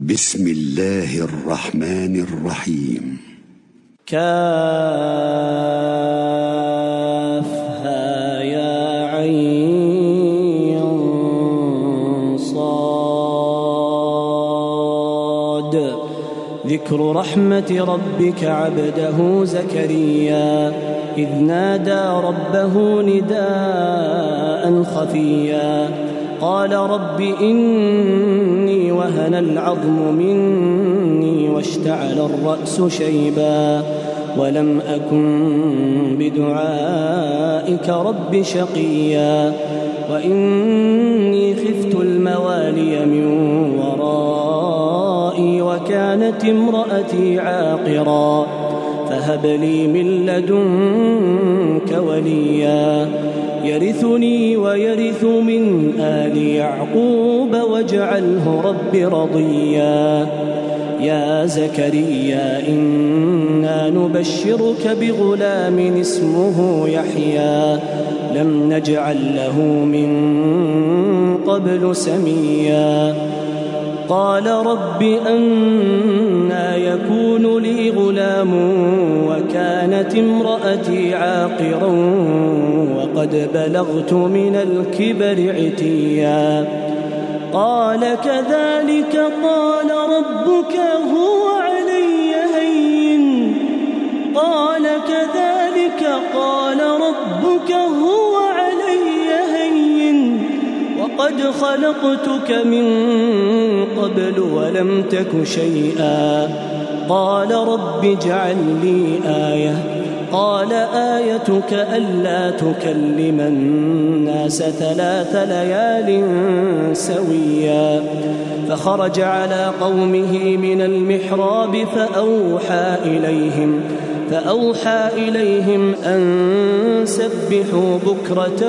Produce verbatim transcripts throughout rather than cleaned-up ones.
بسم الله الرحمن الرحيم. كافها يا عين صاد. ذكر رحمة ربك عبده زكريا إذ نادى ربه نداء خفيا قال رب إني وهن العظم مني واشتعل الرأس شيبا ولم أكن بدعائك رب شقيا وإني خفت الموالي من ورائي وكانت امرأتي عاقرا فهب لي من لدنك وليا يرثني ويرث من آل يعقوب واجعله رب رضيا. يا زكريا إنا نبشرك بغلام اسمه يحيى لم نجعل له من قبل سميا. قال رب أنى يكون لي غلام وكانت امرأتي عاقرا وقد بلغت من الكبر عتيا. قال كذلك قال ربك هو علي هين قال كذلك قال ربك هو علي هين وقد خلقتك من قبل ولم تك شيئا. قال رب اجعل لي آية قال آيتك ألا تكلم الناس ثلاث ليال سويا. فخرج على قومه من المحراب فأوحى إليهم فأوحى إليهم أن سبحوا بكرة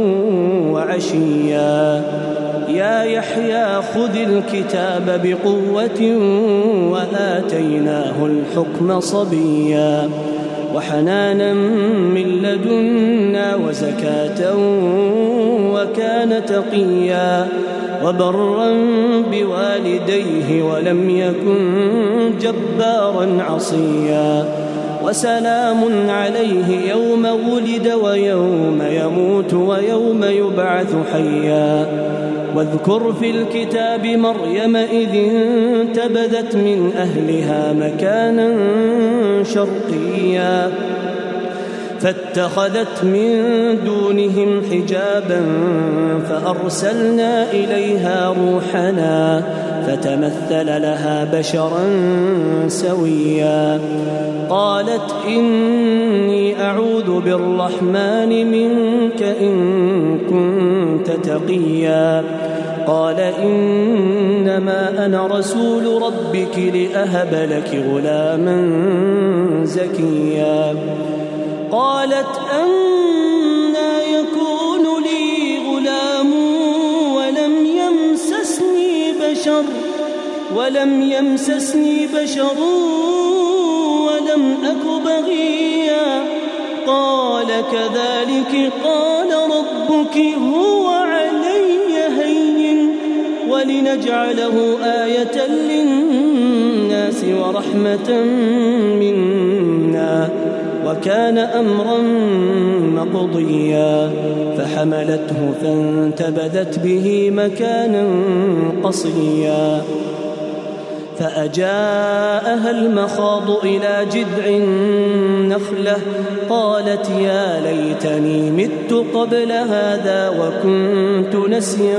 وعشيا. يا يحيى خذ الكتاب بقوة وآتيناه الحكم صبيا وحنانا من لدنا وزكاة وكان تقيا وبرا بوالديه ولم يكن جبارا عصيا. وسلام عليه يوم ولد ويوم يموت ويوم يبعث حيا. واذكر في الكتاب مريم إذ انتبذت من أهلها مكانا شرقيا فاتخذت من دونهم حجابا فأرسلنا إليها روحنا فتمثل لها بشرا سويا. قالت إني أعوذ بالرحمن منك إن كنت تقيا. قال إنما أنا رسول ربك لأهب لك غلاما زكيا. قالت أنى يكون لي غلام ولم يمسسني بشر ولم يمسسني بشر ولم أك بغيا. قال كذلك قال ربك هو علي هين ولنجعله آية للناس ورحمة منا وكان أمرا مقضيا. فحملته فانتبذت به مكانا قصيا فأجاءها المخاض إلى جذع النخلة قالت يا ليتني مت قبل هذا وكنت نسيا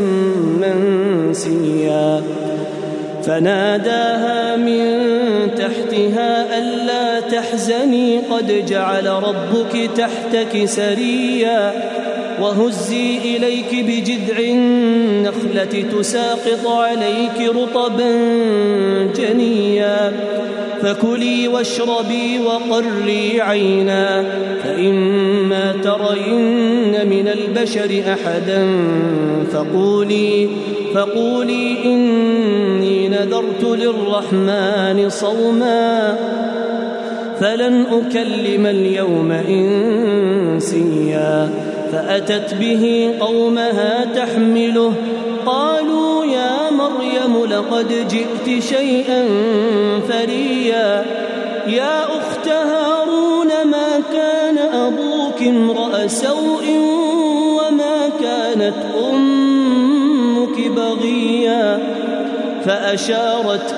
منسيا. فناداها من تحتها ألا تحزني قد جعل ربك تحتك سريا وهزي إليك بجذع النخلة تساقط عليك رطبا جنيا. فكلي واشربي وقري عينا فإما ترين من البشر أحدا فقولي فقولي إني نذرت للرحمن صوما فلن أكلم اليوم إنسيا. فأتت به قومها تحمله قالوا يا مريم لقد جئت شيئا فريا يا أخت هارون ما كان أبوك امرأ سوء وما كانت أمك بغيا فأشارت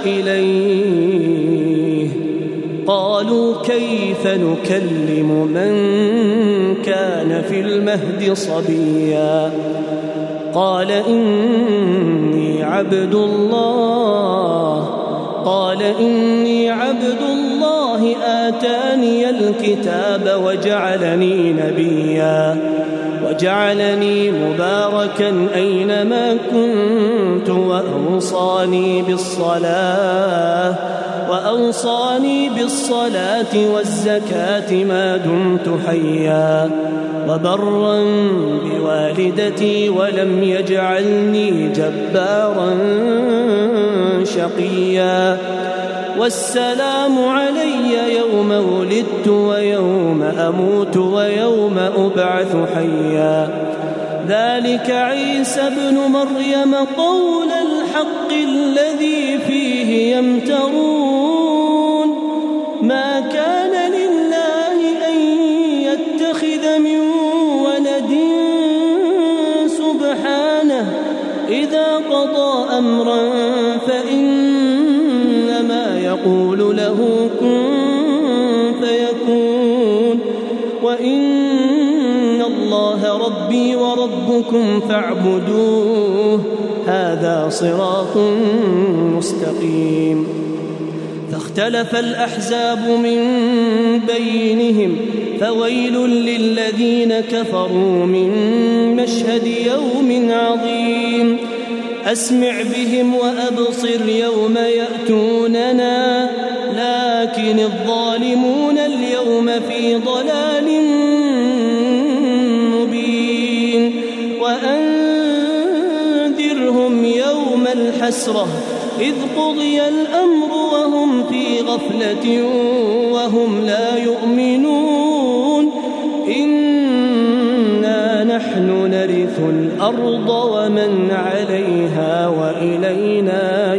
إليه قالوا كيف نكلم من كان في المهد صبيا قال إني عبد الله قال إني عبد الله آتاني الكتاب وجعلني نبيا وجعلني مباركا أينما كنت وأوصاني بالصلاة وأوصاني بالصلاة والزكاة ما دمت حيا وبرا بوالدتي ولم يجعلني جبارا شقيا والسلام علي يوم ولدت ويوم أموت ويوم أبعث حيا ذلك عيسى ابن مريم قول الحق الذي فيه يمترون ما كان لله أن يتخذ من ولد سبحانه إذا قضى أمرا فإنما يقول له كن فيكون وإن الله ربي وربكم فاعبدوه هذا صراط مستقيم فاختلف الأحزاب من بينهم فويل للذين كفروا من مشهد يوم عظيم أسمع بهم وأبصر يوم يأتوننا لكن الظالمون اليوم في ضلال مبين وأنذرهم يوم الحسرة إذ قضي الأمر وهم في غفلة وهم لا يؤمنون إنا نحن نرث الأرض ومن عليها وإلينا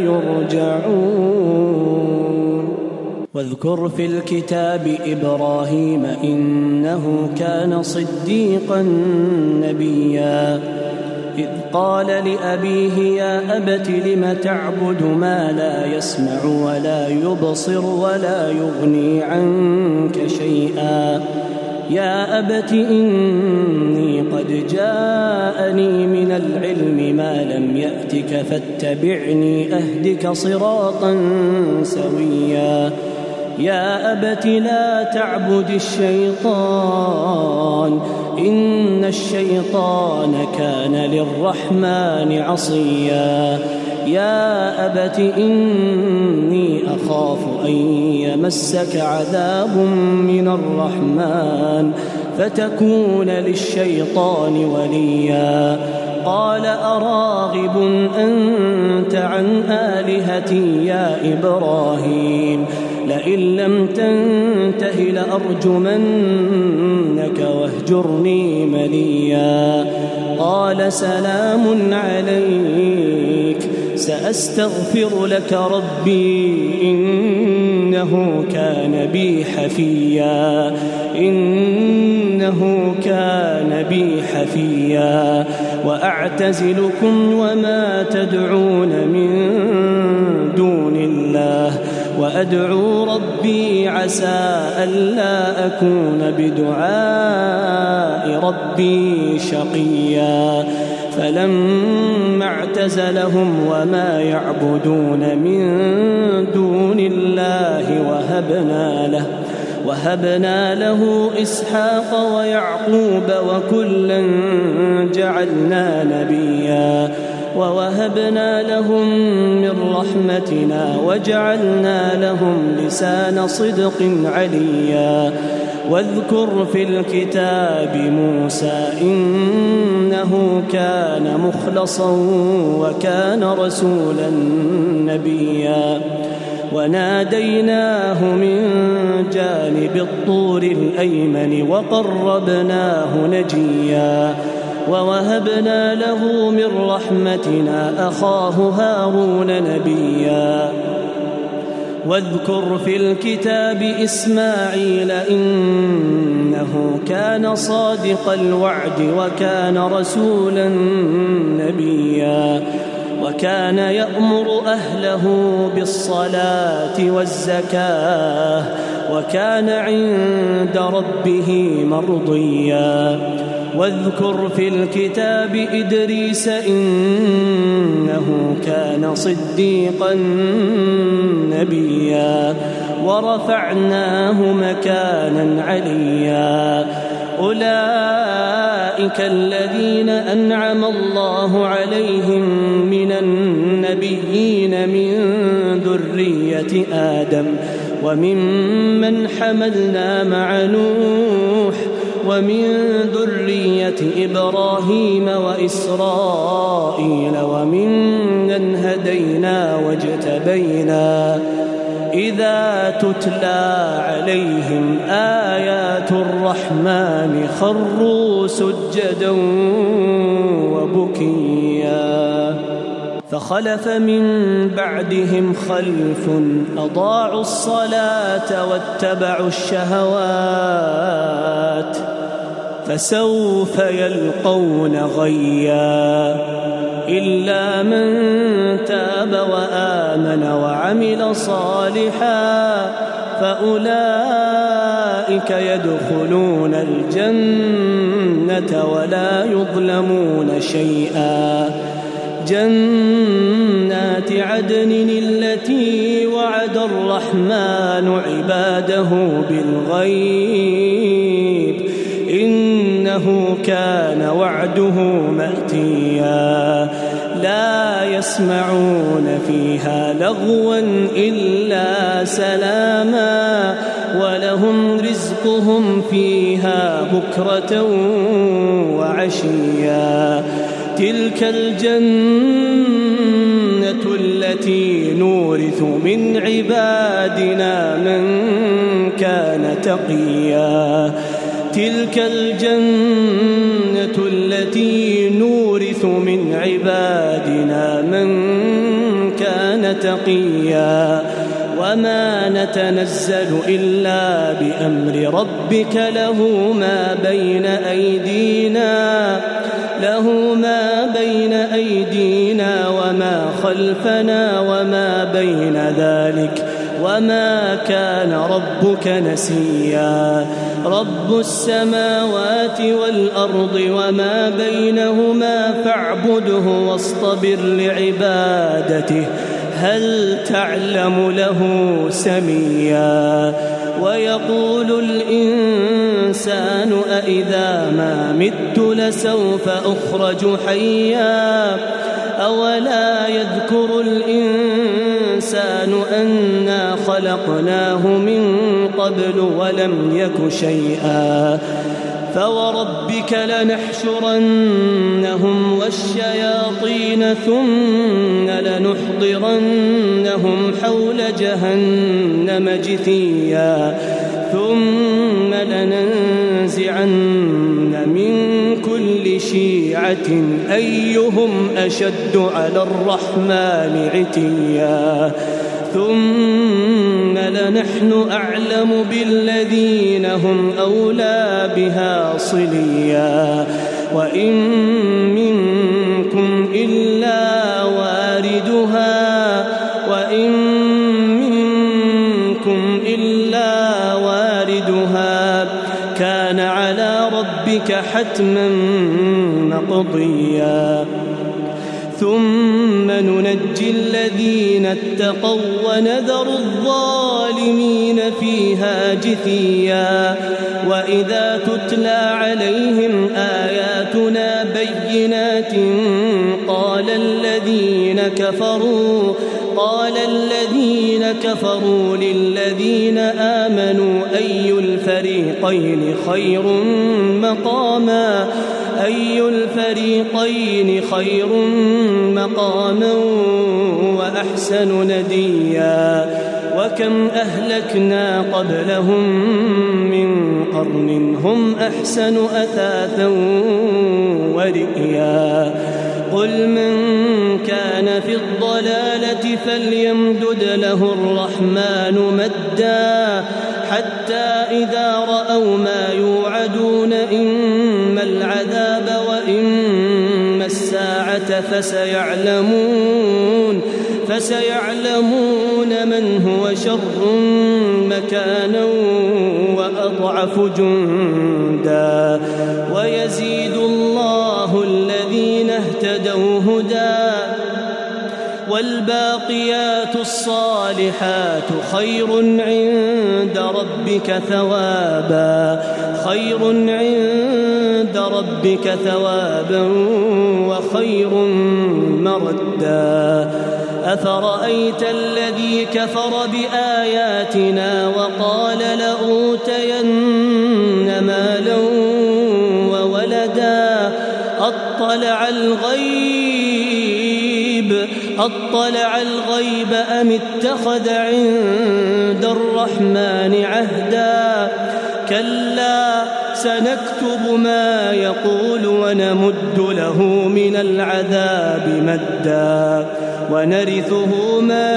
يرجعون واذكر في الكتاب إبراهيم إنه كان صديقا نبيا إذ قال لأبيه يا أبت لم تعبد ما لا يسمع ولا يبصر ولا يغني عنك شيئا يا أبت إني قد جاءني من العلم ما لم يأتك فاتبعني أهدك صراطا سويا يا أبت لا تعبد الشيطان إن الشيطان كان للرحمن عصيا يا أبت إني أخاف أن يمسك عذاب من الرحمن فتكون للشيطان وليا قال أراغب أنت عن آلهتي يا إبراهيم لئن لم تنته لأرجمنك واهجرني مليا قال سلام عليك سأستغفر لك ربي إنه كان بي حفيا إنه كان بي حفيا وأعتزلكم وما تدعون من دون الله وأدعو ربي عسى ألا أكون بدعاء ربي شقيا فلما اعتزلهم وما يعبدون من دون الله وهبنا له وهبنا له إسحاق ويعقوب وكلا جعلنا نبيا ووهبنا لهم من رحمتنا وجعلنا لهم لسان صدق عليا واذكر في الكتاب موسى إنه كان مخلصا وكان رسولا نبيا وناديناه من جانب الطور الأيمن وقربناه نجيا ووهبنا له من رحمتنا أخاه هارون نبيا واذكر في الكتاب إسماعيل إنه كان صادق الوعد وكان رسولا نبيا وكان يأمر أهله بالصلاة والزكاة وكان عند ربه مرضيا واذكر في الكتاب إدريس إنه كان صديقا نبيا ورفعناه مكانا عليا أولئك الذين أنعم الله عليهم من النبيين من ذرية آدم وممن حملنا مع نوح ومن ذرية إبراهيم وإسرائيل وممن هدينا واجتبينا إذا تتلى عليهم آيات الرحمن خروا سجدا وبكيا فخلف من بعدهم خلف أضاعوا الصلاة واتبعوا الشهوات فسوف يلقون غيا إلا من تاب وآمن وعمل صالحا فأولئك يدخلون الجنة ولا يظلمون شيئا جنات عدن التي وعد الرحمن عباده بالغيب إنه كان وعده مأتيا لا يسمعون فيها لغوا إلا سلاما ولهم رزقهم فيها بكرة وعشيا تلك الجنة التي نورث من عبادنا من كان تقيا تلك الجنة التي نورث من عبادنا من كان تقيا وما نتنزل إلا بأمر ربك له ما بين أيدينا له ما بين أيدينا وما خلفنا وما بين ذلك وما كان ربك نسيا رب السماوات والأرض وما بينهما فاعبده واصطبر لعبادته هل تعلم له سميا ويقول الإنسان أإذا ما مت لسوف أخرج حيا أولا يذكر الإنسان أنا خلقناه من قبل ولم يك شيئا فوربك لنحشرنهم والشياطين ثم لنحضرنهم حول جهنم جثيا ثم لننزعن من كل شيعة أيهم أشد على الرحمن عتيا ثم لنحن أعلم بالذين هم أولى بها صليا وإن منكم إلا واردها وإن منكم إلا واردها كان على ربك حتما مقضيا ثم ننجي الذين اتقوا ونذر الظالمين فيها جثيا وإذا تتلى عليهم آياتنا بينات قال الذين كفروا قال الذين كفروا للذين آمنوا أي الفريقين خير مقاما أي الفريقين خير مقاما أحسن نديا وكم أهلكنا قبلهم من قرن هم أحسن أثاثا ورئيا قل من كان في الضلالة فليمدد له الرحمن مدا حتى إذا رأوا ما يوعدون إما العذاب وإما الساعة فسيعلمون فسيعلمون من هو شر مكانا وأضعف جندا ويزيد الله الذين اهتدوا هدى والباقيات الصالحات خير عند ربك ثوابا خير عند ربك ثوابا وخير مردا أفرأيت الذي كفر بآياتنا وقال لأوتين مالا وولدا أطلع الغيب أطلع الغيب أم اتخذ عند الرحمن عهدا كلا سنكتب ما يقول ونمد له من العذاب مدا ونرثه ما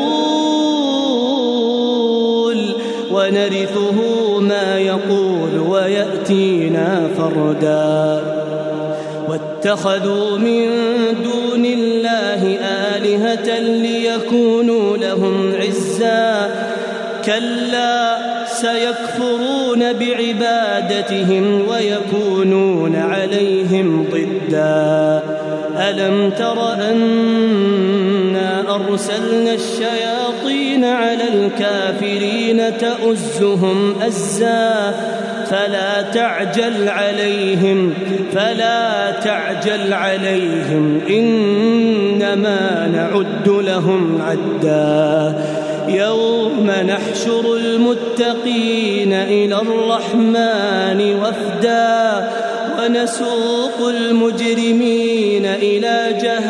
يقول ونرثه ما يقول ويأتينا فردا واتخذوا من دون الله آلهة ليكونوا لهم عزا كلا سيكفرون بعبادتهم ويكونون عليهم ضدا ألم تر أنا أرسلنا الشياطين على الكافرين تؤزهم أزا فلا تعجل عليهم فلا تعجل عليهم إنما نعد لهم عدا يوم نحشر المتقين إلى الرحمن وفدا ونسوق المجرمين إلى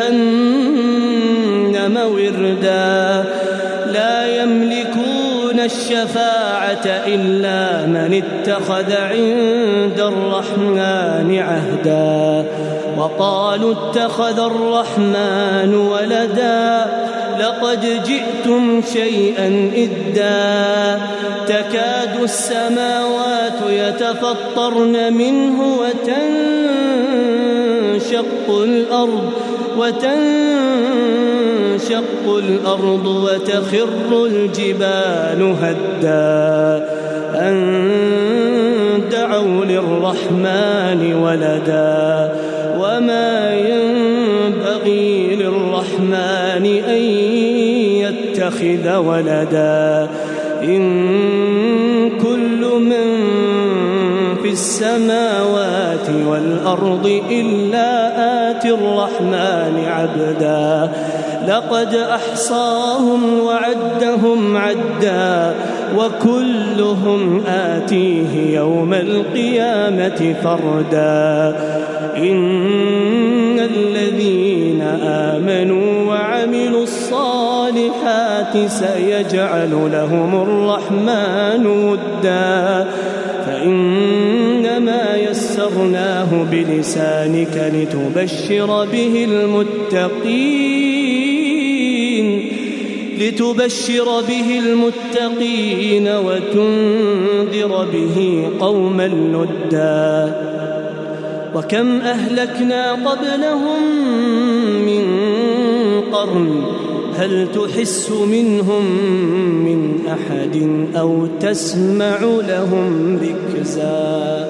جهنم وردا لا يملكون الشفاعة إلا من اتخذ عند الرحمن عهدا وقالوا اتخذ الرحمن ولدا لقد جئتم شيئا إدا تكاد السماوات يتفطرن منه وتنشق الأرض وتنشق الأرض وتخر الجبال هدا أن دعوا للرحمن ولدا وما ينبغي للرحمن أن يتخذ ولدا إن كل من في السماوات والأرض إلا آتي الرحمن عبدا لقد أحصاهم وعدهم عدا وكلهم آتيه يوم القيامة فردا إن الذين آمنوا وعملوا الصالحات سيجعل لهم الرحمن ودا فإنما يسرناه بلسانك لتبشر به المتقين لتبشر به المتقين وتنذر به قوما لدا وكم أهلكنا قبلهم من قرن هل تحس منهم من أحد أو تسمع لهم ركزا